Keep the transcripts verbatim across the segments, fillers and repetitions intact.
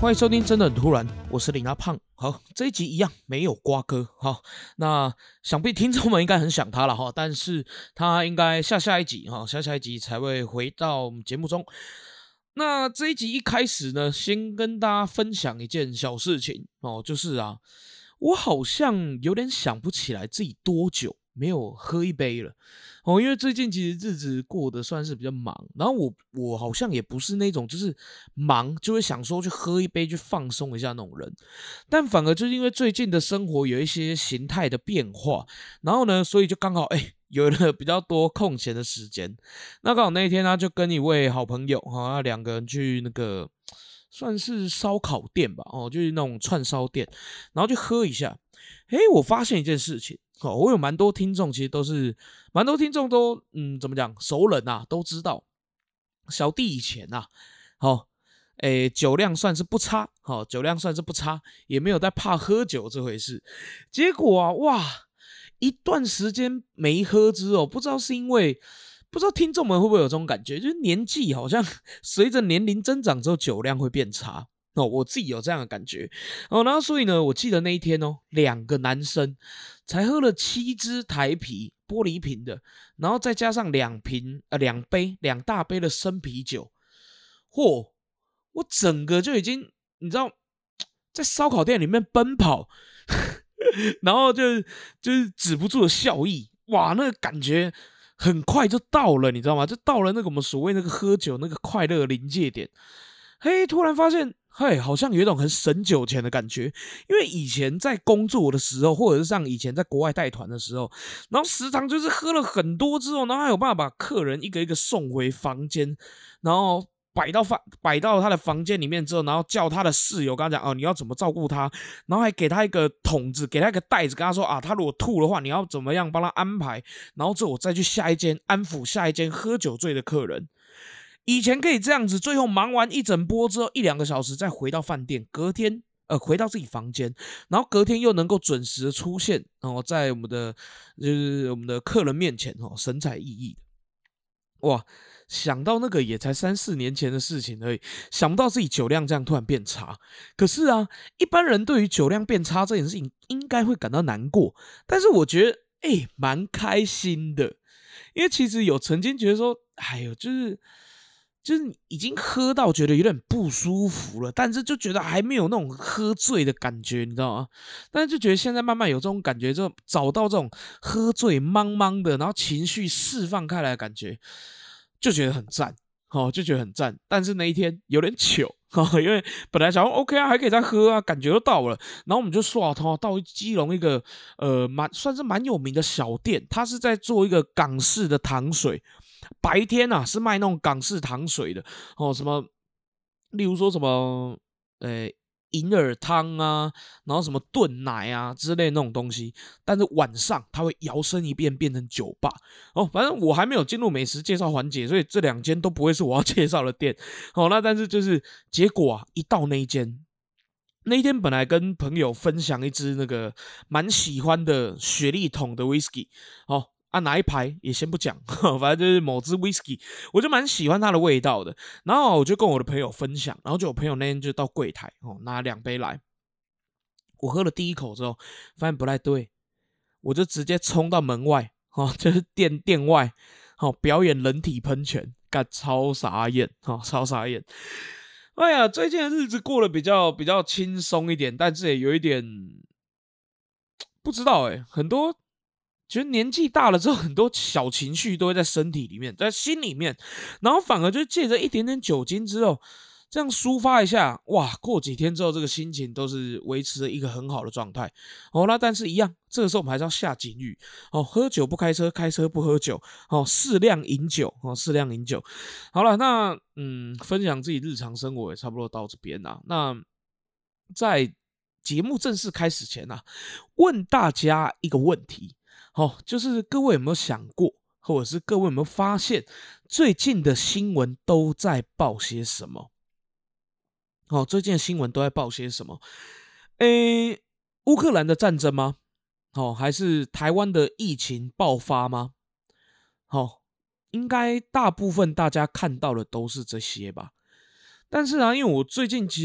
欢迎收听真的很突然，我是林阿胖。好，这一集一样没有瓜哥。好，那想必听众们应该很想他了哈，但是他应该下下一集哈，下下一集才会回到节目中。那这一集一开始呢，先跟大家分享一件小事情哦，就是啊，我好像有点想不起来自己多久没有喝一杯了哦，因为最近其实日子过得算是比较忙，然后我我好像也不是那种就是忙就会想说去喝一杯去放松一下那种人，但反而就是因为最近的生活有一些形态的变化，然后呢，所以就刚好哎、欸、有了比较多空闲的时间，那刚好那一天呢、就跟一位好朋友哈，两个人去那个算是烧烤店吧，哦，就是那种串烧店，然后去喝一下。诶，我发现一件事情，哦，我有蛮多听众，其实都是蛮多听众都，嗯，怎么讲，熟人啊，都知道，小弟以前啊，好、哦，诶，酒量算是不差，好、哦，酒量算是不差，也没有在怕喝酒这回事。结果啊，哇，一段时间没喝之后，不知道是因为不知道听众们会不会有这种感觉，就是年纪好像随着年龄增长之后，酒量会变差。哦，我自己有这样的感觉哦，然后所以呢，我记得那一天哦，两个男生才喝了七支台啤，玻璃瓶的，然后再加上两瓶呃两杯两大杯的生啤酒，嚯，我整个就已经你知道在烧烤店里面奔跑，然后就就是止不住的笑意，哇，那个感觉很快就到了，你知道吗？就到了那个我们所谓那个喝酒那个快乐的临界点。嘿，突然发现，嘿，好像有一种很省酒钱的感觉。因为以前在工作的时候，或者是像以前在国外带团的时候，然后时常就是喝了很多之后，然后还有办法把客人一个一个送回房间，然后摆到房摆到他的房间里面之后，然后叫他的室友跟他讲哦，你要怎么照顾他，然后还给他一个桶子，给他一个袋子，跟他说啊，他如果吐的话，你要怎么样帮他安排，然后之后我再去下一间安抚下一间喝酒醉的客人。以前可以这样子，最后忙完一整波之后，一两个小时再回到饭店，隔天呃回到自己房间，然后隔天又能够准时的出现，然后在我们的就是我们的客人面前哦，神采奕奕的。哇，想到那个也才三四年前的事情而已，想不到自己酒量这样突然变差。可是啊，一般人对于酒量变差这件事情应该会感到难过，但是我觉得哎蛮开心的，因为其实有曾经觉得说，哎呦，就是就是已经喝到觉得有点不舒服了，但是就觉得还没有那种喝醉的感觉，你知道吗？但是就觉得现在慢慢有这种感觉，就找到这种喝醉茫茫的，然后情绪释放开来的感觉，就觉得很赞，哦，就觉得很赞。但是那一天有点糗。哦，因为本来想说 OK 啊，还可以再喝啊，感觉都到了，然后我们就刷头到基隆一个呃蛮算是蛮有名的小店，它是在做一个港式的糖水，白天啊是卖那种港式糖水的哦，什么例如说什么呃银耳汤啊，然后什么炖奶啊之类的那种东西，但是晚上它会摇身一变变成酒吧哦。反正我还没有进入美食介绍环节，所以这两间都不会是我要介绍的店哦。那但是就是结果啊，一到那一间。那一天本来跟朋友分享一支那个蛮喜欢的雪莉桶的 whisky， 哦啊哪一排也先不讲，反正就是某支 whisky， 我就蛮喜欢它的味道的。然后我就跟我的朋友分享，然后就我朋友那天就到柜台哦拿两杯来，我喝了第一口之后发现不太对，我就直接冲到门外哦，就是店店外哦表演人体喷泉，干超傻眼哦，超傻眼。哎呀，最近的日子过得比较比较轻松一点，但是也有一点不知道哎、欸，很多觉得年纪大了之后，很多小情绪都会在身体里面，在心里面，然后反而就借着一点点酒精之后，这样抒发一下，哇，过几天之后，这个心情都是维持了一个很好的状态。哦，那但是一样，这个时候我们还是要下警语哦，喝酒不开车，开车不喝酒，哦，适量饮酒，哦，适量饮酒。好了，那嗯，分享自己日常生活也差不多到这边啦。那在节目正式开始前啊，问大家一个问题，哦，就是各位有没有想过，或者是各位有没有发现，最近的新闻都在报些什么？哦，最近的新闻都在报些什么？诶，乌克兰的战争吗？哦，还是台湾的疫情爆发吗？哦，应该大部分大家看到的都是这些吧。但是啊，因为我最近其实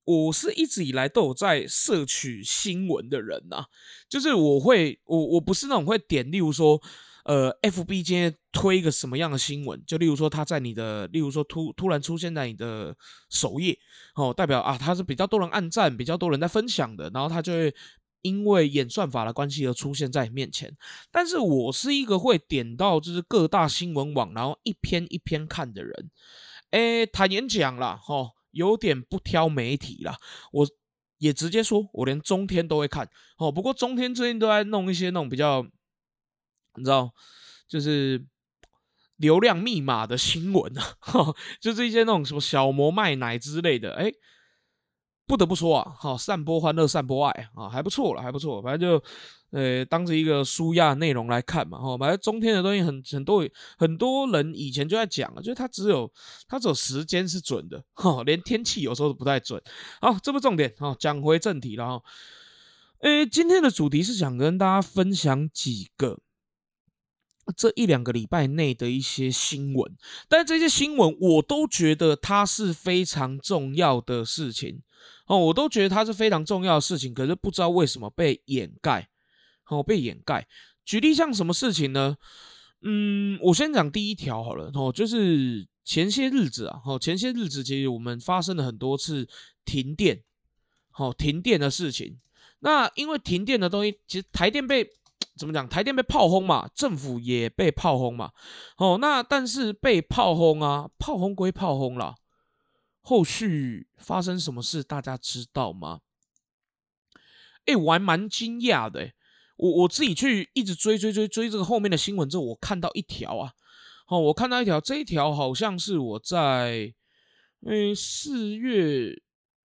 我是一直以来都有在摄取新闻的人啊，就是我会我我不是那种会点，例如说呃 F B 今天推一个什么样的新闻，就例如说他在你的，例如说突突然出现在你的首页，哦，代表啊他是比较多人按赞，比较多人在分享的，然后他就会因为演算法的关系而出现在你面前。但是我是一个会点到就是各大新闻网，然后一篇一篇看的人。诶，坦言讲啦，齁，有点不挑媒体啦。我也直接说，我连中天都会看。哦，不过中天最近都在弄一些那种比较，你知道，就是流量密码的新闻啊，齁，就是一些那种什么小魔卖奶之类的。诶，不得不说啊，好，散播欢乐，散播爱啊，还不错了，还不错。反正就，呃，当着一个舒压内容来看嘛，哈。反正中天的东西很很多很多人以前就在讲了，就是它只有它只有时间是准的，哈，连天气有时候都不太准。好，这不重点，好，讲回正题了哈。呃，今天的主题是想跟大家分享几个这一两个礼拜内的一些新闻，但这些新闻我都觉得它是非常重要的事情。哦，我都觉得它是非常重要的事情，可是不知道为什么被掩盖，哦，被掩盖。举例像什么事情呢？嗯，我先讲第一条好了，哦，就是前些日子啊，哦，前些日子其实我们发生了很多次停电，哦，停电的事情。那因为停电的东西，其实台电被怎么讲？台电被炮轰嘛，政府也被炮轰嘛，哦，那但是被炮轰啊，炮轰归炮轰啦。后续发生什么事，大家知道吗？哎、欸，我还蛮惊讶的、欸。我我自己去一直追追追追这个后面的新闻之后，我看到一条啊，哦，我看到一条，这一条好像是我在嗯四月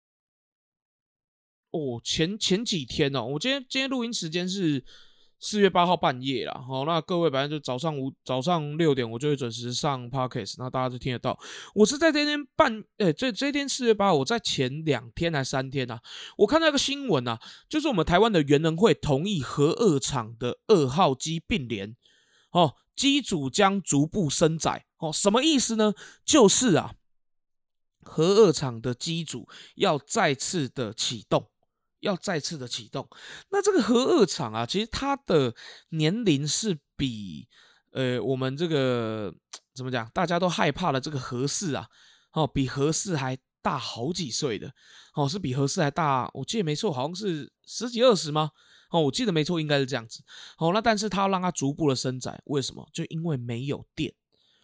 哦前前几天哦，我今天今天录音时间是四月八号半夜啦，好，那各位反正就早上五早上六点我就会准时上 podcast， 那大家就听得到。我是在这天半，诶、欸，这这天四月八号，我在前两天还三天啊，我看到一个新闻啊，就是我们台湾的原能会同意核二厂的二号机并联，哦，机组将逐步升载，哦，什么意思呢？就是啊，核二厂的机组要再次的启动。要再次的启动，那这个核二厂啊，其实它的年龄是比呃我们这个怎么讲，大家都害怕的这个核四啊，哦，比核四还大好几岁的，哦，是比核四还大，我记得没错，好像是十几二十吗？哦，我记得没错，应该是这样子。哦，那但是它要让它逐步的升载，为什么？就因为没有电。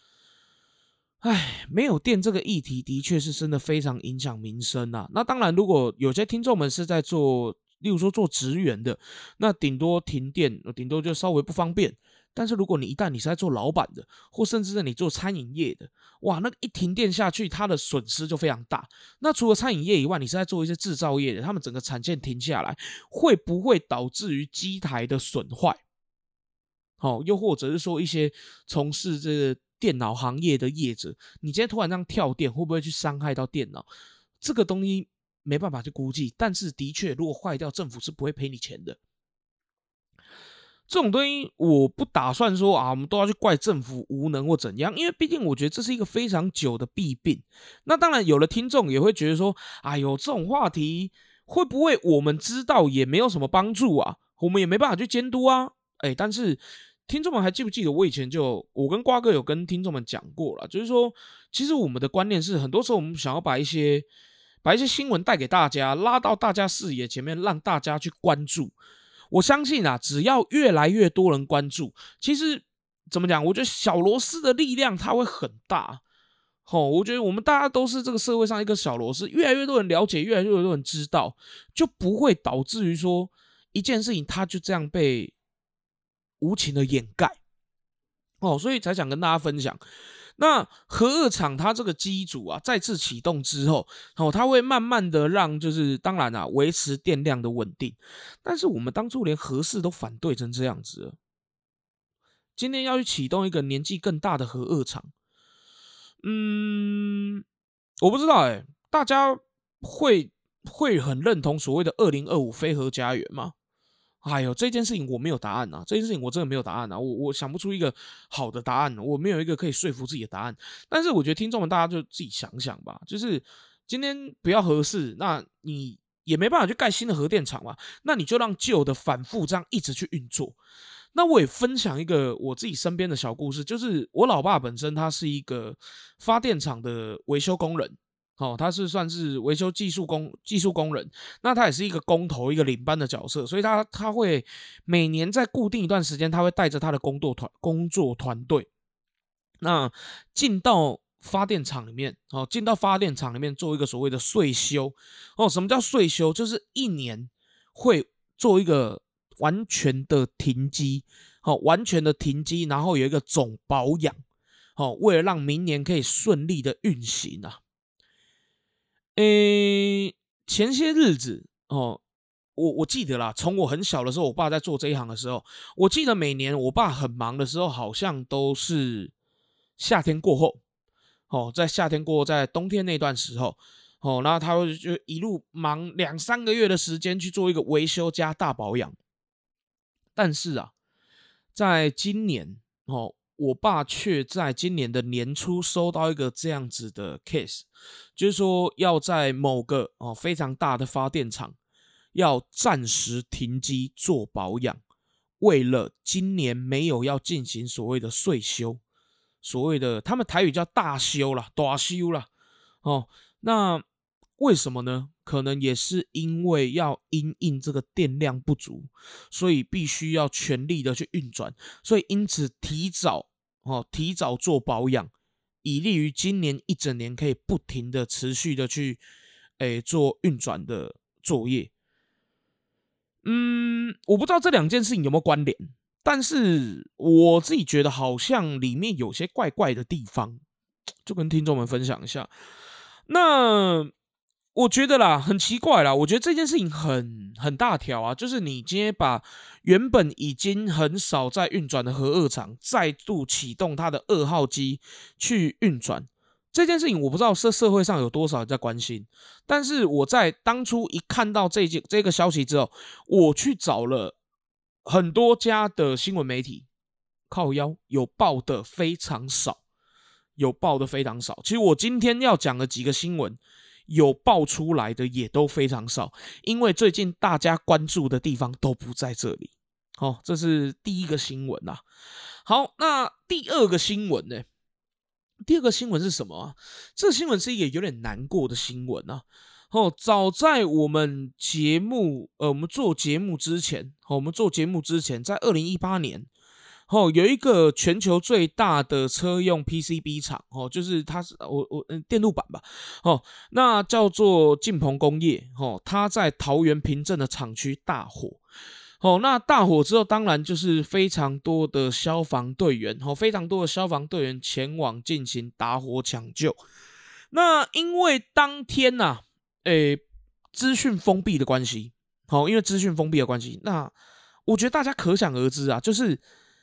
唉，没有电这个议题的确是真的非常影响民生啊。那当然，如果有些听众们是在做，例如说做职员的，那顶多停电，顶多就稍微不方便。但是如果你一旦你是在做老板的，或甚至是你做餐饮业的，哇，那一停电下去，它的损失就非常大。那除了餐饮业以外，你是在做一些制造业的，他们整个产线停下来，会不会导致于机台的损坏？好、哦，又或者是说一些从事这个电脑行业的业者，你今天突然这样跳电，会不会去伤害到电脑？这个东西没办法去估计，但是的确，如果坏掉，政府是不会赔你钱的。这种东西我不打算说啊，我们都要去怪政府无能或怎样，因为毕竟我觉得这是一个非常久的弊病。那当然，有的听众也会觉得说，哎呦，这种话题会不会我们知道也没有什么帮助啊？我们也没办法去监督啊。哎，但是听众们还记不记得我以前就我跟瓜哥有跟听众们讲过了，就是说，其实我们的观念是，很多时候我们想要把一些把一些新闻带给大家，拉到大家视野前面，让大家去关注。我相信啊，只要越来越多人关注，其实怎么讲？我觉得小螺丝的力量它会很大。哦，我觉得我们大家都是这个社会上一个小螺丝，越来越多人了解，越来越多人知道，就不会导致于说一件事情它就这样被无情的掩盖。哦，所以才想跟大家分享。那核二厂它这个机组啊，再次启动之后，哦，它会慢慢的让，就是当然啊，维持电量的稳定。但是我们当初连核四都反对成这样子了，今天要去启动一个年纪更大的核二厂，嗯，我不知道哎、欸，大家会会很认同所谓的二零二五非核家园吗？哎呦，这件事情我没有答案啊！这件事情我真的没有答案啊！我我想不出一个好的答案，我没有一个可以说服自己的答案。但是我觉得听众们大家就自己想想吧，就是今天不要核四，那你也没办法去盖新的核电厂嘛，那你就让旧的反复这样一直去运作。那我也分享一个我自己身边的小故事，就是我老爸本身他是一个发电厂的维修工人，哦，他是算是维修技术工技术工人，那他也是一个工头一个领班的角色，所以他他会每年在固定一段时间，他会带着他的工作团工作团队，那进到发电厂里面，哦，进到发电厂里面做一个所谓的岁修，哦，什么叫岁修？就是一年会做一个完全的停机，哦，完全的停机，然后有一个总保养，哦，为了让明年可以顺利的运行啊。诶，前些日子，哦，我我记得啦，从我很小的时候，我爸在做这一行的时候，我记得每年我爸很忙的时候，好像都是夏天过后。哦，在夏天过后，在冬天那段时候，哦，然后他会就一路忙两三个月的时间去做一个维修加大保养。但是啊，在今年，哦，我爸却在今年的年初收到一个这样子的 case， 就是说要在某个哦非常大的发电厂要暂时停机做保养，为了今年没有要进行所谓的岁修。所谓的他们台语叫大修啦，大修啦，哦，那为什么呢？可能也是因为要因应这个电量不足，所以必须要全力的去运转，所以因此提早哦提早做保养，以利于今年一整年可以不停的持续的去诶做运转的作业。嗯，我不知道这两件事情有没有关联。但是我自己觉得好像里面有些怪怪的地方，就跟听众们分享一下。那我觉得啦，很奇怪啦，我觉得这件事情很很大条啊，就是你今天把原本已经很少在运转的核二厂再度启动它的二号机去运转，这件事情我不知道社社会上有多少人在关心，但是我在当初一看到这件这个消息之后，我去找了很多家的新闻媒体，靠腰有报的非常少，有报的非常少。其实我今天要讲的几个新闻，有爆出来的也都非常少，因为最近大家关注的地方都不在这里。好、哦，这是第一个新闻啊。好，那第二个新闻呢？第二个新闻是什么啊？这个新闻是一个有点难过的新闻啊。哦，早在我们节目，呃，我们做节目之前，哦，我们做节目之前，在二零一八年，哦，有一个全球最大的车用 P C B 厂，哦，就是它是我我嗯电路板吧，哦，那叫做晋鹏工业，哦，它在桃园平镇的厂区大火。哦，那大火之后，当然就是非常多的消防队员，哦，非常多的消防队员前往进行打火抢救。那因为当天呐、啊，诶，资讯封闭的关系，好、哦，因为资讯封闭的关系，那我觉得大家可想而知啊，就是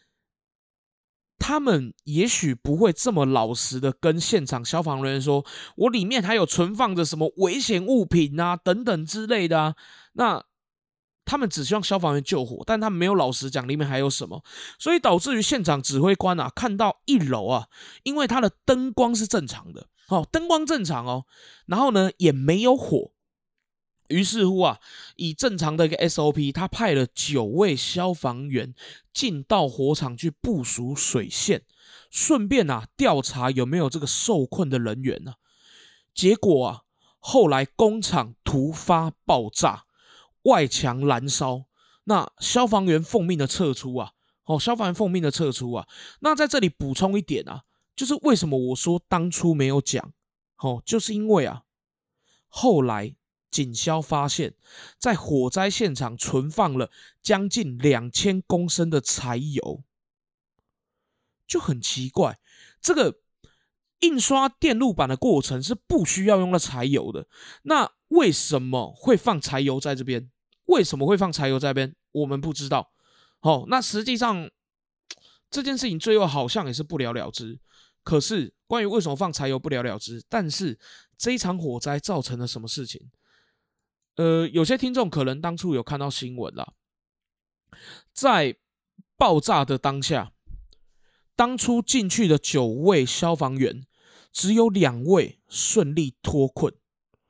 他们也许不会这么老实的跟现场消防人员说，我里面还有存放着什么危险物品啊，等等之类的啊。那他们只希望消防员救火，但他们没有老实讲里面还有什么，所以导致于现场指挥官啊看到一楼啊，因为它的灯光是正常的，哦，灯光正常哦，然后呢也没有火。于是乎啊，以正常的一个 S O P， 他派了九位消防员进到火场去部署水线，顺便啊调查有没有这个受困的人员呢、啊。结果啊，后来工厂突发爆炸，外墙燃烧，那消防员奉命的撤出啊，哦，消防员奉命的撤出啊。那在这里补充一点啊，就是为什么我说当初没有讲，哦，就是因为啊，后来。警消发现，在火灾现场存放了将近两千公升的柴油，就很奇怪。这个印刷电路板的过程是不需要用到柴油的，那为什么会放柴油在这边？为什么会放柴油在这边？我们不知道。哦，那实际上这件事情最后好像也是不了了之。可是关于为什么放柴油不了了之，但是这一场火灾造成了什么事情？呃，有些听众可能当初有看到新闻啦，在爆炸的当下，当初进去的九位消防员，只有两位顺利脱困，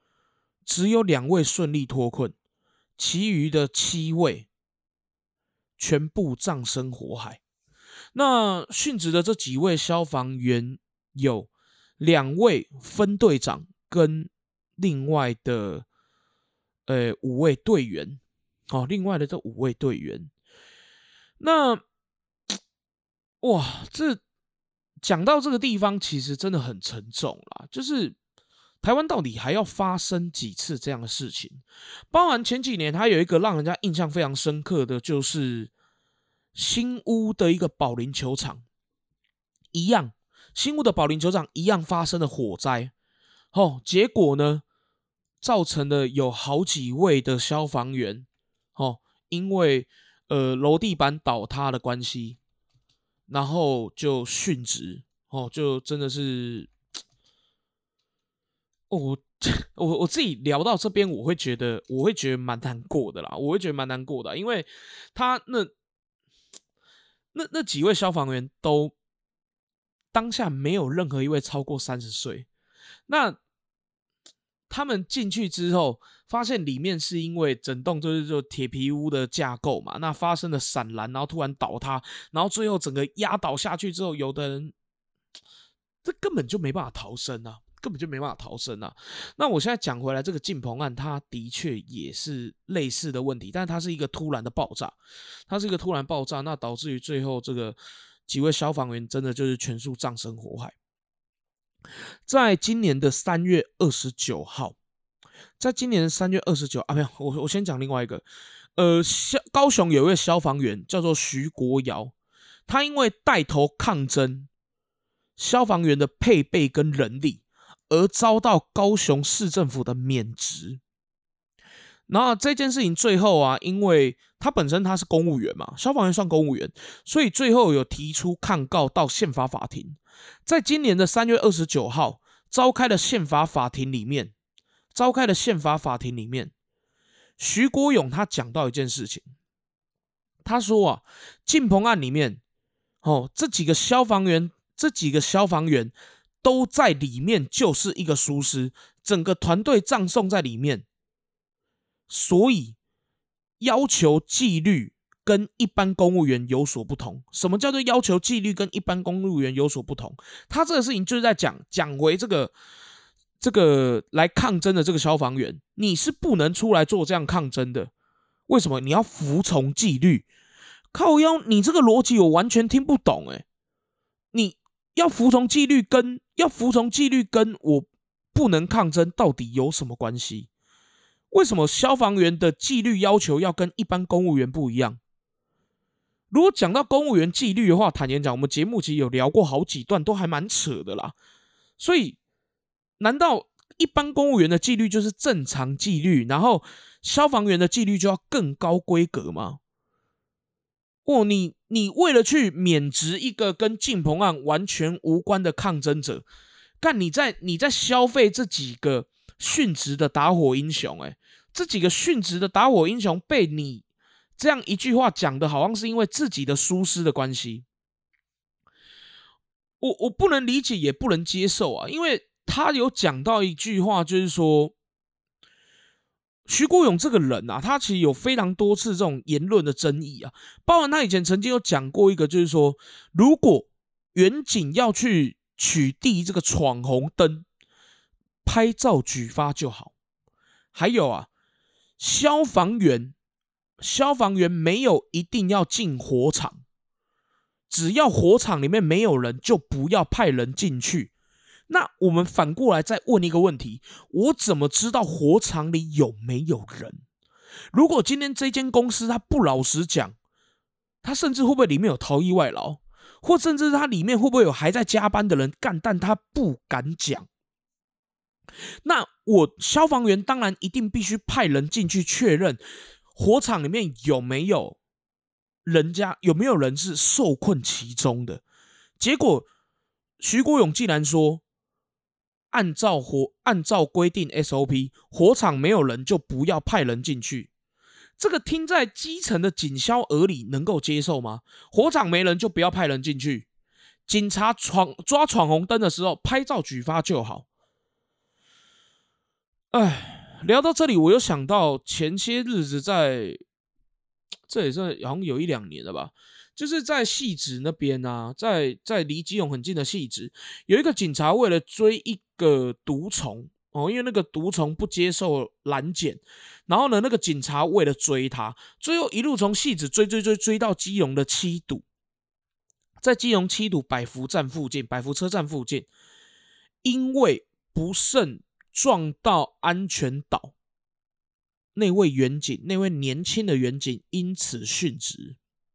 只有两位顺利脱困，其余的七位全部葬身火海。那殉职的这几位消防员有两位分队长跟另外的呃五位队员，哦，另外的这五位队员，那哇，这讲到这个地方，其实真的很沉重啦。就是台湾到底还要发生几次这样的事情？包含前几年，还有一个让人家印象非常深刻的，就是新屋的一个保龄球场，一样，新屋的保龄球场一样发生了火灾。哦，结果呢，造成了有好几位的消防员，哦，因为呃楼地板倒塌的关系，然后就殉职。哦，就真的是，哦，我我我自己聊到这边，我会觉得我会觉得蛮难过的啦，我会觉得蛮难过的啊，因为他那那那几位消防员都当下没有任何一位超过三十岁，那他们进去之后，发现里面是因为整栋就是就铁皮屋的架构嘛，那发生了闪燃，然后突然倒塌，然后最后整个压倒下去之后，有的人这根本就没办法逃生啊，根本就没办法逃生啊。那我现在讲回来，这个进棚案，它的确也是类似的问题，但是它是一个突然的爆炸，它是一个突然爆炸，那导致于最后这个几位消防员真的就是全数葬身火海。在今年的三月二十九号，在今年的三月二十九啊，没有，我我先讲另外一个，呃，高雄有一位消防员叫做徐国尧，他因为带头抗争消防员的配备跟人力，而遭到高雄市政府的免职。然后这件事情最后啊，因为他本身他是公务员嘛，消防员算公务员，所以最后有提出抗告到宪法法庭。在今年的三月二十九号召开的宪法法庭里面，召开的宪法法庭里面，徐国勇他讲到一件事情，他说啊，进棚案里面，哦，这几个消防员，这几个消防员都在里面，就是一个疏失，整个团队葬送在里面。所以要求纪律跟一般公务员有所不同。什么叫做要求纪律跟一般公务员有所不同？他这个事情就是在讲讲回这个这个来抗争的这个消防员，你是不能出来做这样抗争的。为什么？你要服从纪律。靠腰，你这个逻辑我完全听不懂哎、欸。你要服从纪律跟要服从纪律跟我不能抗争到底有什么关系？为什么消防员的纪律要求要跟一般公务员不一样？如果讲到公务员纪律的话，坦言讲，我们节目其实有聊过好几段，都还蛮扯的啦。所以，难道一般公务员的纪律就是正常纪律，然后消防员的纪律就要更高规格吗？哦，你你为了去免职一个跟进棚案完全无关的抗争者，干你在你在消费这几个殉职的打火英雄、欸，这几个殉职的打火英雄被你这样一句话讲的，好像是因为自己的疏失的关系。我我不能理解，也不能接受啊，因为他有讲到一句话，就是说，徐国勇这个人啊，他其实有非常多次这种言论的争议啊，包含他以前曾经有讲过一个，就是说，如果远景要去取缔这个闯红灯，拍照举发就好。还有啊，消防员，消防员没有一定要进火场，只要火场里面没有人，就不要派人进去。那我们反过来再问一个问题，我怎么知道火场里有没有人？如果今天这间公司他不老实讲，他甚至会不会里面有逃逸外劳，或甚至他里面会不会有还在加班的人干，但他不敢讲。那我消防员当然一定必须派人进去确认火场里面有没有人家有没有人是受困其中的。结果徐国勇竟然说，按照火按照规定 S O P， 火场没有人就不要派人进去。这个听在基层的警消耳里能够接受吗？火场没人就不要派人进去，警察闯抓闯红灯的时候拍照举发就好。哎， 聊到这里，我又想到前些日子在，这也是好像有一两年了吧，就是在汐止那边啊，在在离基隆很近的汐止，有一个警察为了追一个毒虫哦，因为那个毒虫不接受拦检，然后呢，那个警察为了追他，最后一路从汐止追追追追到基隆的七堵，在基隆七堵百福站附近，百福车站附近，因为不慎撞到安全岛，那位员警，那位年轻的员警因此殉职。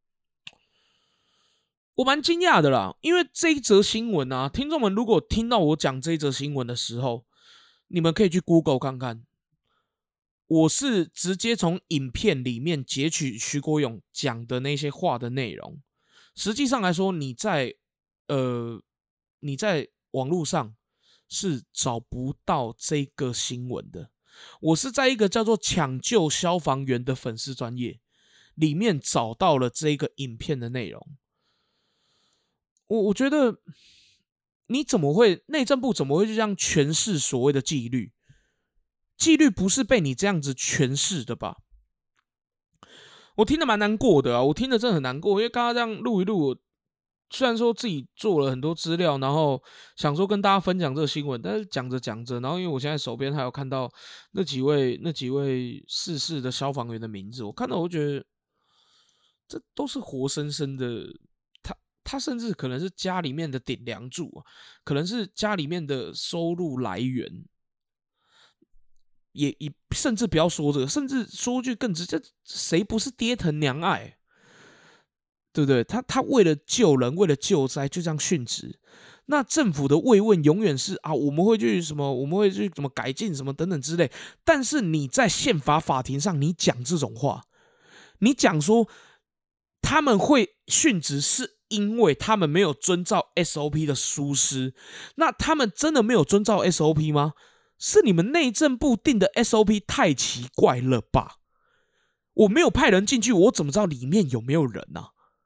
我蛮惊讶的啦，因为这一则新闻啊，听众们如果听到我讲这一则新闻的时候，你们可以去 Google 看看，我是直接从影片里面截取徐国勇讲的那些话的内容。实际上来说，你在呃你在网络上是找不到这个新闻的。我是在一个叫做抢救消防员的粉丝专页里面找到了这个影片的内容。我我觉得你怎么会内政部怎么会就这样诠释所谓的纪律？纪律不是被你这样子诠释的吧？我听得蛮难过的啊，我听得真的很难过，因为刚刚这样录一录，虽然说自己做了很多资料，然后想说跟大家分享这个新闻，但是讲着讲着，然后因为我现在手边还有看到那几位那几位逝世的消防员的名字，我看到我觉得这都是活生生的，他他甚至可能是家里面的顶梁柱啊，可能是家里面的收入来源。也也甚至不要说这个，甚至说句更直接，谁不是爹疼娘爱？对不对？他他为了救人，为了救灾，就这样殉职。那政府的慰问永远是啊，我们会去什么，我们会去怎么改进什么等等之类。但是你在宪法法庭上，你讲这种话，你讲说他们会殉职是因为他们没有遵照 S O P 的疏失，那他们真的没有遵照 S O P 吗？是你们内政部定的 S O P 太奇怪了吧？我没有派人进去，我怎么知道里面有没有人啊？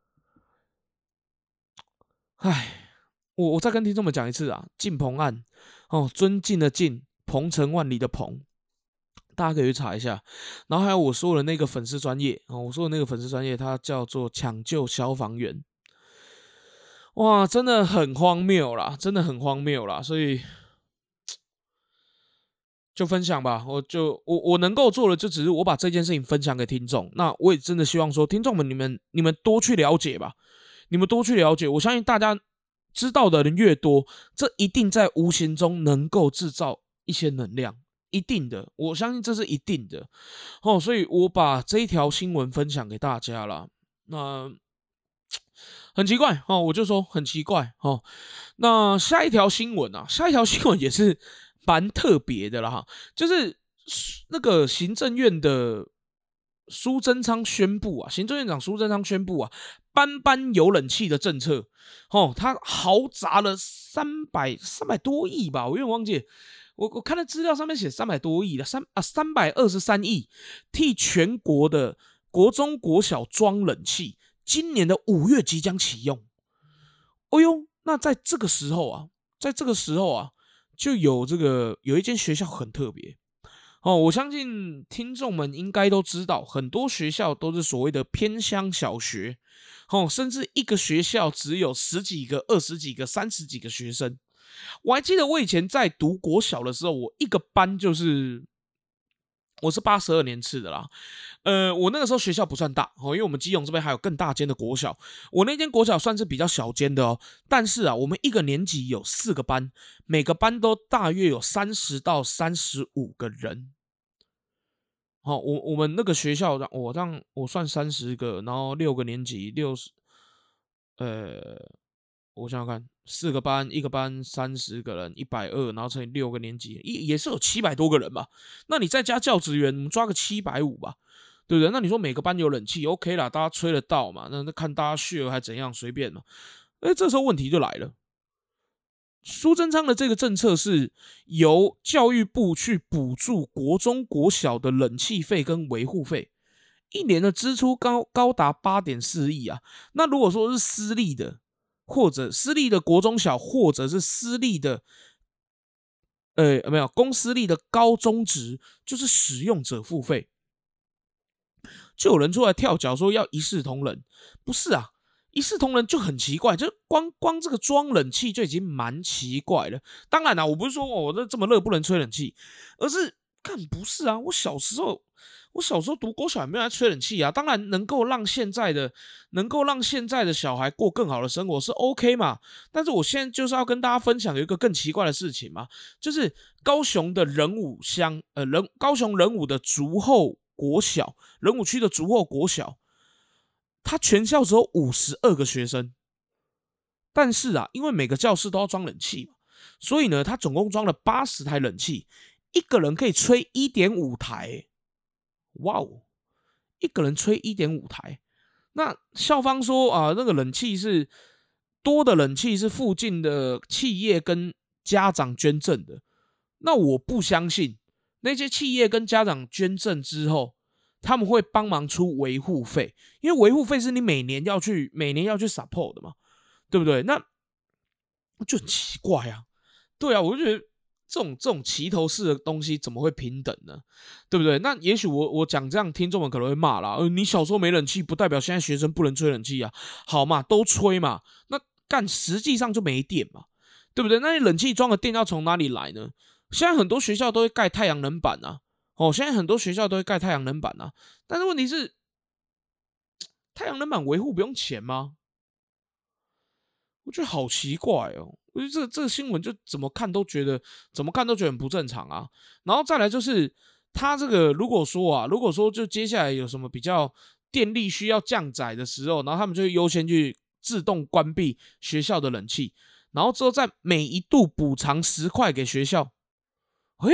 唉，我我再跟听众们讲一次啊，敬鹏案哦，尊敬的敬，鹏程万里的鹏，大家可以去查一下。然后还有我说的那个粉丝专页哦，我说的那个粉丝专页，它叫做抢救消防员。哇，真的很荒谬啦，真的很荒谬啦，所以。就分享吧，我就我我能够做的就只是我把这件事情分享给听众。那我也真的希望说，听众们你们你们多去了解吧，你们多去了解。我相信大家知道的人越多，这一定在无形中能够制造一些能量，一定的，我相信这是一定的。哦，所以我把这一条新闻分享给大家了。那很奇怪哦，我就说很奇怪哦。那下一条新闻啊，下一条新闻也是。蛮特别的啦哈，就是那个行政院的苏贞昌宣布啊，行政院长苏贞昌宣布啊，班班有冷气的政策，哦，他豪砸了三百三百多亿吧，我有点忘记，我我看的资料上面写三百多亿的，三啊三百二十三亿，替全国的国中国小装冷气，今年的五月即将启用。哦呦，那在这个时候啊，在这个时候啊。就有这个有一间学校很特别哦，我相信听众们应该都知道，很多学校都是所谓的偏乡小学，哦，甚至一个学校只有十几个、二十几个、三十几个学生。我还记得我以前在读国小的时候，我一个班就是我是八十二年次的啦，呃，我那个时候学校不算大哦，因为我们基隆这边还有更大间的国小，我那间国小算是比较小间的哦。但是啊，我们一个年级有四个班，每个班都大约有三十到三十五个人。好、哦，我我们那个学校让我让我算三十个，然后六个年级六十，呃，我想想看，四个班，一个班三十个人，一百二，然后乘以六个年级，也也是有七百多个人吧。那你再加教职员，我们抓个七百五吧，对不对？那你说每个班有冷气 ，OK 啦，大家吹得到嘛？那那看大家血还怎样，随便嘛。哎，这时候问题就来了。苏贞昌的这个政策是由教育部去补助国中国小的冷气费跟维护费，一年的支出高高达八点四亿啊。那如果说是私立的，或者私立的国中小，或者是私立的呃，没有公司立的高中值就是使用者付费，就有人出来跳脚说要一视同仁，不是啊？一视同仁就很奇怪，就光光这个装冷气就已经蛮奇怪了。当然啦、啊，我不是说我这这么热不能吹冷气，而是看不是啊，我小时候。我小时候读国小也没有在吹冷气啊，当然能够让现在的能够让现在的小孩过更好的生活是 OK 嘛。但是我现在就是要跟大家分享有一个更奇怪的事情嘛，就是高雄的仁武乡，呃，仁高雄仁武的竹后国小，仁武区的竹后国小，它全校只有五十二个学生，但是啊，因为每个教室都要装冷气嘛，所以呢，它总共装了八十台冷气，一个人可以吹 一点五台、欸。哇哦，一个人吹 一点五台，那校方说啊，那个冷气是多的冷气是附近的企业跟家长捐赠的，那我不相信那些企业跟家长捐赠之后，他们会帮忙出维护费，因为维护费是你每年要去每年要去 support 的嘛，对不对？那就很奇怪啊，对啊，我就觉得。这种这种齐头式的东西怎么会平等呢？对不对？那也许我我讲这样，听众们可能会骂啦。呃，你小时候没冷气，不代表现在学生不能吹冷气啊。好嘛，都吹嘛。那干实际上就没电嘛，对不对？那你冷气装的电要从哪里来呢？现在很多学校都会盖太阳能板啊。哦，现在很多学校都会盖太阳能板啊。但是问题是，太阳能板维护不用钱吗？我觉得好奇怪哦。我觉得这个这个新闻就怎么看都觉得怎么看都觉得很不正常啊。然后再来就是他这个如果说啊，如果说就接下来有什么比较电力需要降载的时候，然后他们就会优先去自动关闭学校的冷气，然后之后再每一度补偿十块给学校。诶，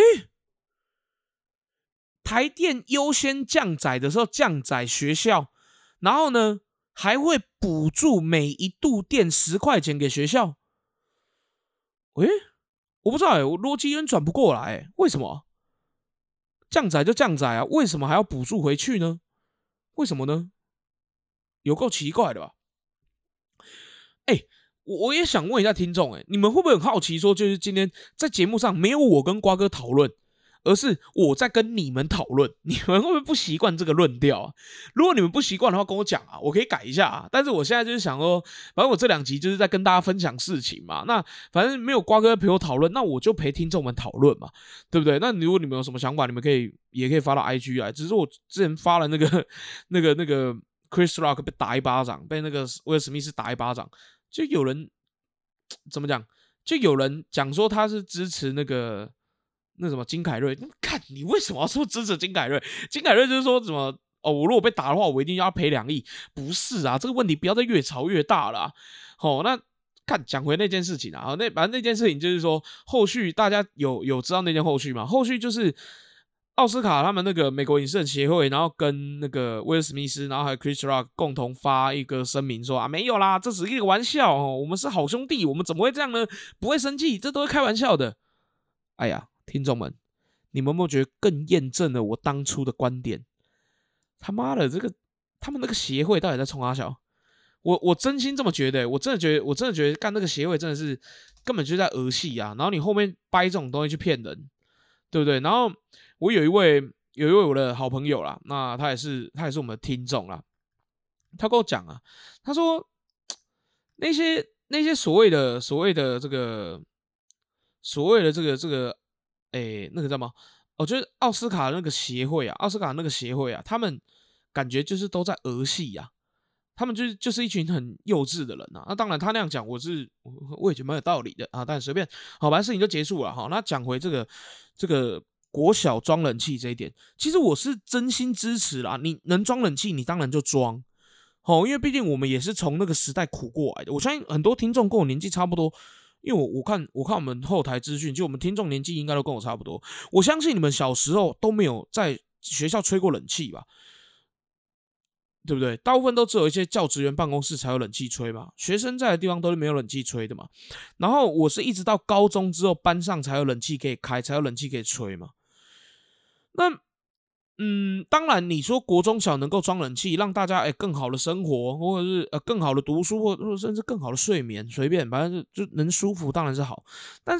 台电优先降载的时候降载学校，然后呢还会补助每一度电十块钱给学校。诶，我不知道哎、欸，我逻辑有点转不过来、欸，为什么降载就降载啊？为什么还要补助回去呢？为什么呢？有够奇怪的吧？哎、欸，我我也想问一下听众，哎，你们会不会很好奇说，就是今天在节目上没有我跟瓜哥讨论，而是我在跟你们讨论，你们会不会不习惯这个论调啊？如果你们不习惯的话，跟我讲啊，我可以改一下啊。但是我现在就是想说，反正我这两集就是在跟大家分享事情嘛。那反正没有瓜哥陪我讨论，那我就陪听众们讨论嘛，对不对？那如果你们有什么想法，你们可以也可以发到 I G 来。只是我之前发了那个那个那个 Chris Rock 被打一巴掌，被那个威尔史密斯打一巴掌，就有人怎么讲？就有人讲说他是支持那个。那什么金凯瑞，看你为什么要说支持金凯瑞？金凯瑞就是说什么哦，我如果被打的话，我一定要赔两亿。不是啊，这个问题不要再越炒越大了、啊。好、哦，那看讲回那件事情啊，那反正那件事情就是说，后续大家有有知道那件后续吗？后续就是奥斯卡他们那个美国影视人协会，然后跟那个威尔史密斯，然后还有 Chris Rock 共同发一个声明说啊，没有啦，这只是一个玩笑哦，我们是好兄弟，我们怎么会这样呢？不会生气，这都是开玩笑的。哎呀。听众们，你们有没有觉得更验证了我当初的观点？他妈的，这个他们那个协会到底在冲啥小？我我真心这么觉得，我真的觉得，我真的觉得干那个协会真的是根本就在儿戏啊！然后你后面掰这种东西去骗人，对不对？然后我有一位有一位我的好朋友啦，那他也是他也是我们的听众啦，他跟我讲啊，他说那些那些所谓的所谓的这个所谓的这个这个。诶，那个叫什么？我觉得奥斯卡那个协会啊，奥斯卡那个协会啊，他们感觉就是都在儿戏啊，他们就是就是一群很幼稚的人啊。那当然，他那样讲，我是我也觉得蛮有道理的啊。但随便，好，反正事情就结束了哈。那讲回这个这个国小装冷气这一点，其实我是真心支持啦。你能装冷气，你当然就装。好，因为毕竟我们也是从那个时代苦过来的。我相信很多听众跟我年纪差不多。因为我我看我看我们后台资讯，就我们听众年纪应该都跟我差不多。我相信你们小时候都没有在学校吹过冷气吧？对不对？大部分都只有一些教职员办公室才有冷气吹嘛，学生在的地方都是没有冷气吹的嘛。然后我是一直到高中之后，班上才有冷气可以开，才有冷气可以吹嘛。那嗯，当然，你说国中小能够装冷气，让大家哎更好的生活，或者是呃更好的读书，或者甚至更好的睡眠，随便，反正就就能舒服，当然是好。但是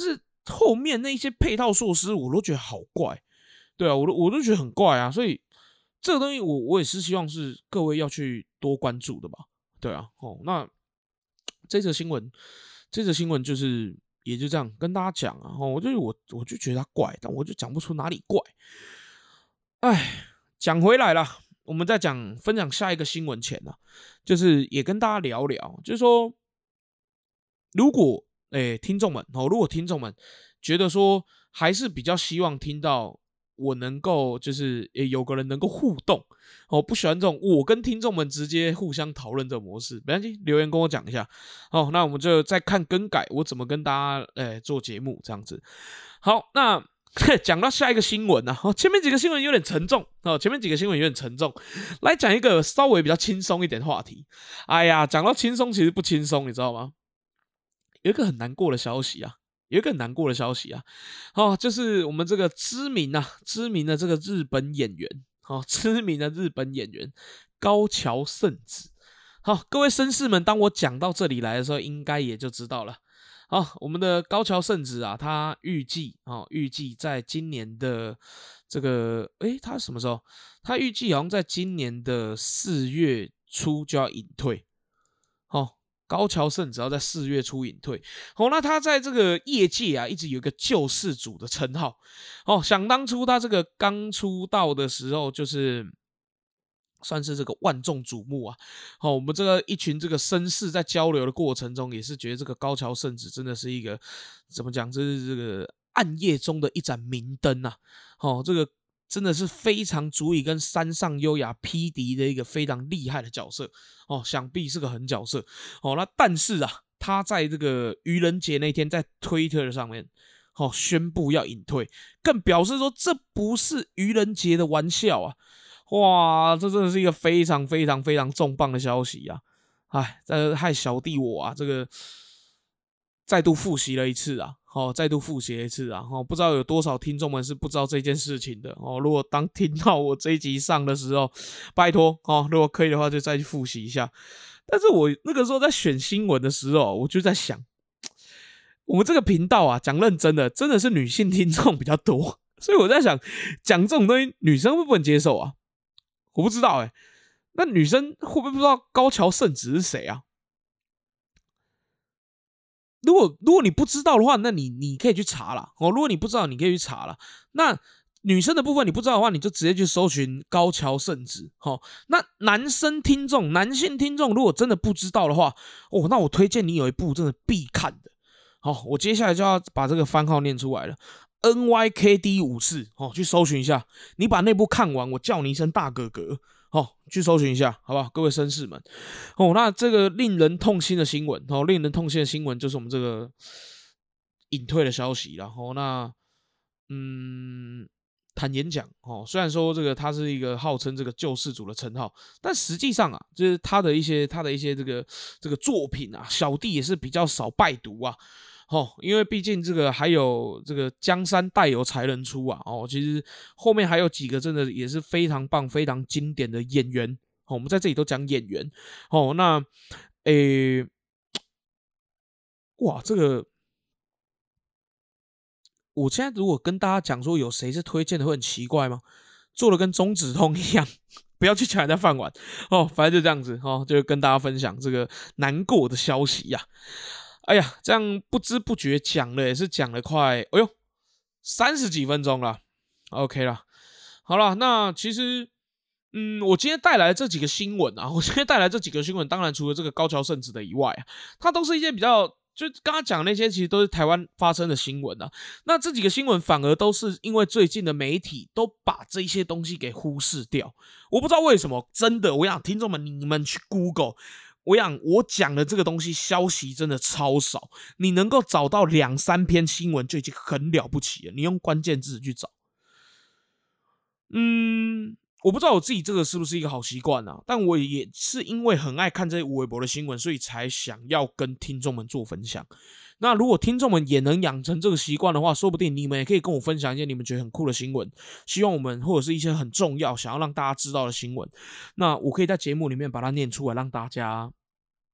后面那些配套措施我都觉得好怪，对啊，我都我都觉得很怪啊，所以这个东西我我也是希望是各位要去多关注的吧，对啊，哦，那这则新闻，这则新闻就是也就这样跟大家讲啊，哦，我就我我就觉得它怪，但我就讲不出哪里怪，哎，讲回来了，我们在讲分享下一个新闻前啊，就是也跟大家聊聊，就是说，如果诶听众们哦，如果听众们觉得说还是比较希望听到我能够就是诶有个人能够互动哦，不喜欢这种我跟听众们直接互相讨论这种模式，没关系，留言跟我讲一下哦，那我们就再看更改我怎么跟大家诶做节目这样子。好，那讲到下一个新闻啊，哦，前面几个新闻有点沉重哦，前面几个新闻有点沉重，来讲一个稍微比较轻松一点的话题。哎呀，讲到轻松其实不轻松，你知道吗？有一个很难过的消息啊，有一个很难过的消息啊，哦，就是我们这个知名啊，知名的这个日本演员，哦，知名的日本演员高桥圣子。好，各位绅士们，当我讲到这里来的时候，应该也就知道了。好，我们的高桥圣子啊，他预计哦，预计在今年的这个，诶，他什么时候？他预计好像在今年的四月初就要隐退。哦，高桥圣子要在四月初隐退。哦，那他在这个业界啊，一直有一个救世主的称号。哦，想当初他这个刚出道的时候，就是算是这个万众瞩目啊。好，我们这个一群这个绅士在交流的过程中，也是觉得这个高桥圣子真的是一个怎么讲，这是这个暗夜中的一盏明灯啊。好，这个真的是非常足以跟山上优雅匹敌的一个非常厉害的角色哦，想必是个狠角色哦。那但是啊，他在这个愚人节那天在推特上面哦宣布要隐退，更表示说这不是愚人节的玩笑啊。哇，这真的是一个非常非常非常重磅的消息啊！哎，这害小弟我啊，这个再度复习了一次啊，哦，再度复习了一次啊，哦，不知道有多少听众们是不知道这件事情的哦。如果当听到我这一集上的时候，拜托哦，如果可以的话，就再去复习一下。但是我那个时候在选新闻的时候，我就在想，我们这个频道啊，讲认真的，真的是女性听众比较多，所以我在想，讲这种东西，女生会不能接受啊？我不知道哎、欸，那女生会不会不知道高桥圣子是谁啊？如果如果你不知道的话，那你你可以去查啦。哦。如果你不知道，你可以去查啦。那女生的部分你不知道的话，你就直接去搜寻高桥圣子。哦。那男生听众、男性听众，如果真的不知道的话，哦，那我推荐你有一部真的必看的。好，我接下来就要把这个番号念出来了。N Y K D 五四哦，去搜寻一下。你把那部看完，我叫你一声大哥哥哦，去搜寻一下，好不好？各位绅士们哦，那这个令人痛心的新闻哦，令人痛心的新闻就是我们这个隐退的消息了。哦，那嗯，坦言讲哦，虽然说这个他是一个号称这个救世主的称号，但实际上啊，就是他的一些他的一些这个这个作品啊，小弟也是比较少拜读啊。哦，因为毕竟这个还有这个江山代有才人出啊，哦，其实后面还有几个真的也是非常棒、非常经典的演员，哦，我们在这里都讲演员，哦，那，诶，哇，这个，我现在如果跟大家讲说有谁是推荐的，会很奇怪吗？做的跟中指通一样，不要去抢人家饭碗哦，反正就这样子哦，就跟大家分享这个难过的消息呀、啊。哎呀，这样不知不觉讲了也是讲了快，哎呦，三十几分钟了 ，OK 了。好了，那其实，嗯，我今天带来这几个新闻啊，我今天带来这几个新闻，当然除了这个高桥圣子的以外啊，它都是一些比较，就刚刚讲的那些，其实都是台湾发生的新闻啊。那这几个新闻反而都是因为最近的媒体都把这些东西给忽视掉，我不知道为什么，真的，我想听众们你们去 Google。我想，我讲的这个东西消息真的超少，你能够找到两三篇新闻就已经很了不起了。你用关键字去找，嗯，我不知道我自己这个是不是一个好习惯啊，但我也是因为很爱看这些微博的新闻，所以才想要跟听众们做分享。那如果听众们也能养成这个习惯的话，说不定你们也可以跟我分享一些你们觉得很酷的新闻，希望我们或者是一些很重要想要让大家知道的新闻，那我可以在节目里面把它念出来，让大家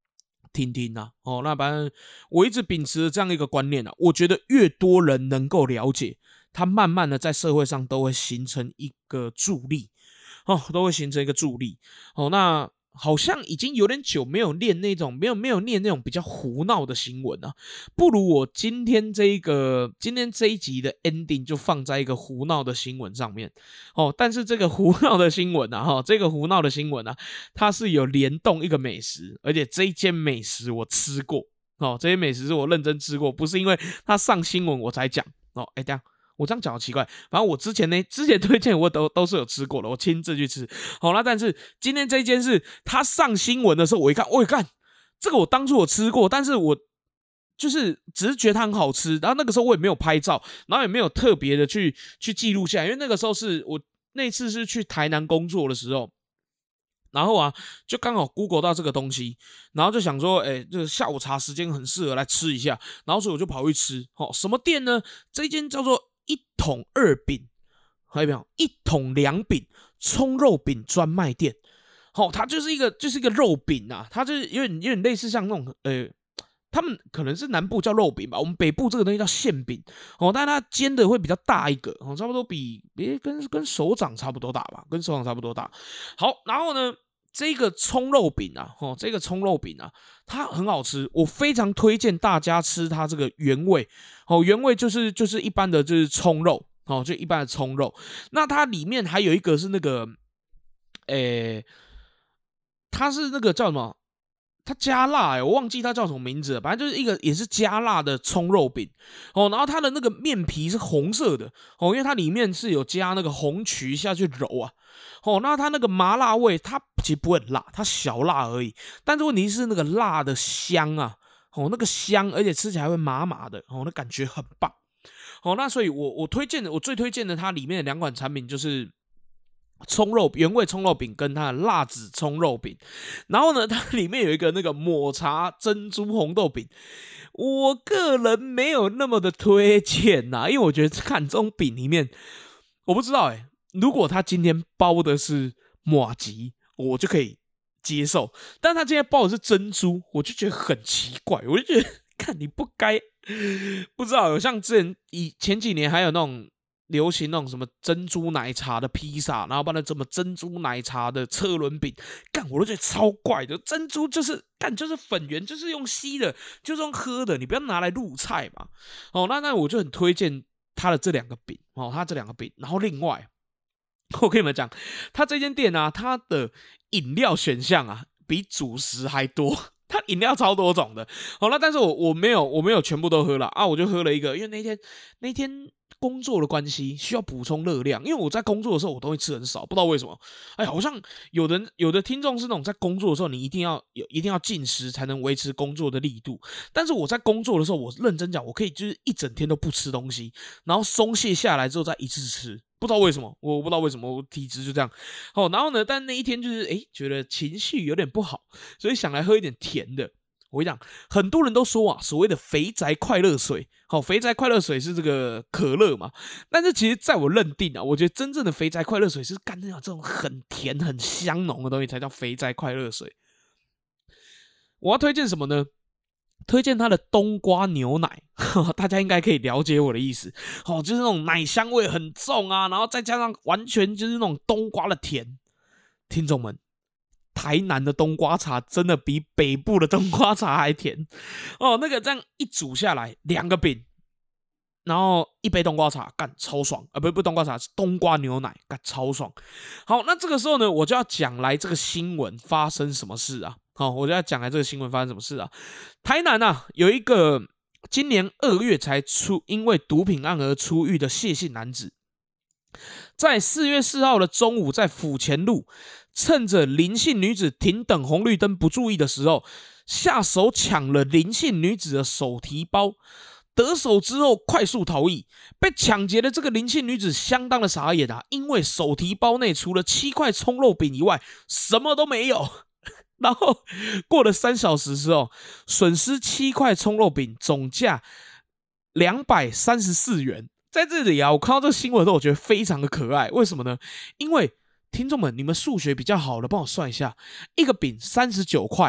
听听啊。哦，那反正我一直秉持着这样一个观念啊，我觉得越多人能够了解，它慢慢的在社会上都会形成一个助力，哦，都会形成一个助力。哦，那好像已经有点久没有念那种没有没有念那种比较胡闹的新闻啊，不如我今天这一个今天这一集的 ending 就放在一个胡闹的新闻上面哦。但是这个胡闹的新闻啊，哈、哦，这个胡闹的新闻啊，它是有联动一个美食，而且这一间美食我吃过哦，这些美食是我认真吃过，不是因为它上新闻我才讲哦。哎，这样。我这样讲好奇怪，反正我之前呢，之前推荐我都都是有吃过的，我亲自去吃。好，那但是今天这一间是他上新闻的时候，我一看，我一看这个我当初我吃过，但是我就是只是觉得它很好吃，然后那个时候我也没有拍照，然后也没有特别的去去记录下来，因为那个时候是我那次是去台南工作的时候。然后啊，就刚好 Google 到这个东西，然后就想说，哎，这个下午茶时间很适合来吃一下，然后所以我就跑去吃。哦，什么店呢？这一间叫做一统二饼，还有没有？一统两饼葱肉饼专卖店。好、哦，它就是一个就是一个肉饼啊，它就是有点有点类似像那种呃。他们可能是南部叫肉饼吧，我们北部这个东西叫馅饼哦，但是它煎的会比较大一个哦，差不多比诶跟跟手掌差不多大吧，跟手掌差不多大。好，然后呢，这个葱肉饼啊，哦，这个葱肉饼啊，它很好吃，我非常推荐大家吃它这个原味哦，原味就是就是一般的就是葱肉哦，就一般的葱肉，那它里面还有一个是那个，诶，它是那个叫什么？它加辣、欸，我忘记它叫什么名字了，反正就是一个也是加辣的葱肉饼哦，然后它的那个面皮是红色的哦，因为它里面是有加那个红曲下去揉啊，哦，那它那个麻辣味它其实不会很辣，它小辣而已，但是问题是那个辣的香啊，哦，那个香，而且吃起来会麻麻的，哦，那感觉很棒，哦，那所以我我推荐的，我最推荐的它里面的两款产品就是。葱肉原味葱肉饼跟它的辣子葱肉饼，然后呢，它里面有一个那个抹茶珍珠红豆饼，我个人没有那么的推荐呐、啊，因为我觉得看这种饼里面，我不知道哎、欸，如果他今天包的是麻糬，我就可以接受，但他今天包的是珍珠，我就觉得很奇怪，我就觉得看你不该，不知道有像之前以前几年还有那种。流行那种什么珍珠奶茶的披萨，然后把那什么珍珠奶茶的车轮饼，干我都觉得超怪的。珍珠就是干就是粉圆，就是用吸的，就是用喝的，你不要拿来入菜嘛。哦，那那我就很推荐他的这两个饼哦，他这两个饼。然后另外，我跟你们讲，他这间店啊，它的饮料选项啊，比主食还多。它饮料超多种的，好了，但是我我没有我没有全部都喝了啊，我就喝了一个，因为那天那天工作的关系需要补充热量，因为我在工作的时候我东西吃很少，不知道为什么，哎，好像有人有的听众是那种在工作的时候你一定要有一定要进食才能维持工作的力度，但是我在工作的时候我认真讲，我可以就是一整天都不吃东西，然后松懈下来之后再一次吃。不知道为什么，我不知道为什么，我体质就这样。哦，然后呢，但那一天就是哎，觉得情绪有点不好，所以想来喝一点甜的。我跟你讲，很多人都说啊，所谓的肥宅快乐水，好、哦，肥宅快乐水是这个可乐嘛？但是其实在我认定啊，我觉得真正的肥宅快乐水是干那种这种很甜、很香浓的东西才叫肥宅快乐水。我要推荐什么呢？推荐它的冬瓜牛奶，呵呵，大家应该可以了解我的意思。哦，就是那种奶香味很重啊，然后再加上完全就是那种冬瓜的甜。听众们，台南的冬瓜茶真的比北部的冬瓜茶还甜哦。那个这样一煮下来，两个饼，然后一杯冬瓜茶，干超爽啊！不不，冬瓜茶是冬瓜牛奶，干超爽。好，那这个时候呢，我就要讲来这个新闻发生什么事啊？好，我就要讲来这个新闻发生什么事啊？台南啊，有一个今年二月才出因为毒品案而出狱的谢姓男子，在四月四号的中午，在府前路，趁着林姓女子停等红绿灯不注意的时候，下手抢了林姓女子的手提包。得手之后快速逃逸，被抢劫的这个林姓女子相当的傻眼啊，因为手提包内除了七块葱肉饼以外，什么都没有。然后过了三小时之后，损失七块葱肉饼，总价两百三十四元。在这里啊，我看到这个新闻的时候，我觉得非常的可爱。为什么呢？因为听众们，你们数学比较好的，帮我算一下，一个饼三十九块，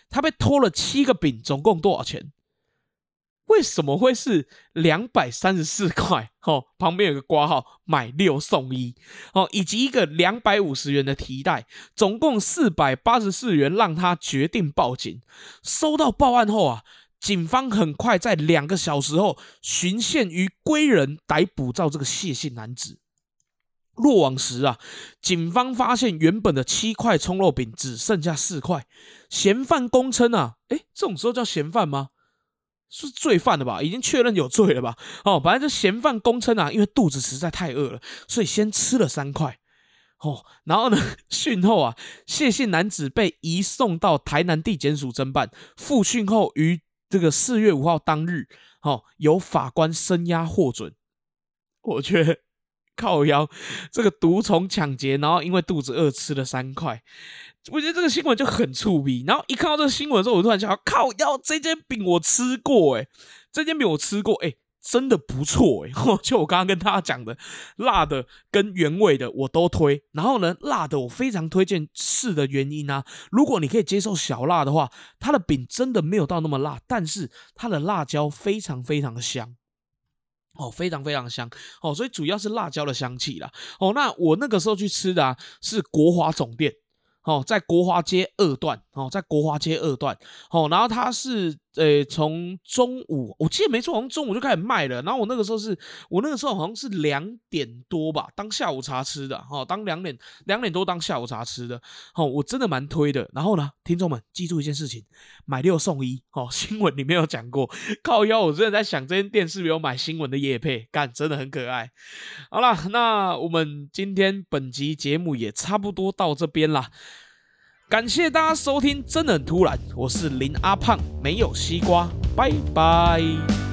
他被偷了七个饼，总共多少钱？为什么会是两百三十四块？哦，旁边有个括号，买六送一哦，以及一个两百五十元的提袋，总共四百八十四元，让他决定报警。收到报案后啊，警方很快在两个小时后循线于归仁逮捕到这个谢姓男子。落网时啊，警方发现原本的七块葱肉饼只剩下四块。嫌犯供称啊，诶，这种时候叫嫌犯吗？是罪犯了吧？已经确认有罪了吧？哦，反正这嫌犯供称啊，因为肚子实在太饿了，所以先吃了三块。哦，然后呢，讯后啊，谢姓男子被移送到台南地检署侦办，复讯后于这个四月五号当日，哦，由法官声押获准。我觉得靠腰，这个毒虫抢劫，然后因为肚子饿吃了三块。我觉得这个新闻就很触鼻，然后一看到这个新闻的时候，我突然想，靠腰，这间饼我吃过哎、欸，这间饼我吃过哎、欸，真的不错哎、欸，就我刚刚跟大家讲的，辣的跟原味的我都推，然后呢，辣的我非常推荐试的原因啊，如果你可以接受小辣的话，它的饼真的没有到那么辣，但是它的辣椒非常非常的香。哦，非常非常香哦，所以主要是辣椒的香气啦。哦，那我那个时候去吃的啊，是国华总店。哦，在国华街二段，哦，在国华街二段，哦，然后它是，呃，从中午，我记得没错，好像中午就开始卖了。然后我那个时候是，我那个时候好像是两点多吧，当下午茶吃的，哦，当两点两点多当下午茶吃的，哦，我真的蛮推的。然后呢，听众们记住一件事情，买六送一，哦，新闻里面有讲过，靠腰，我真的在想这间店是不是有买新闻的业配，干，真的很可爱。好啦，那我们今天本集节目也差不多到这边啦。感谢大家收听，真的很突然，我是林阿胖，没有西瓜，拜拜。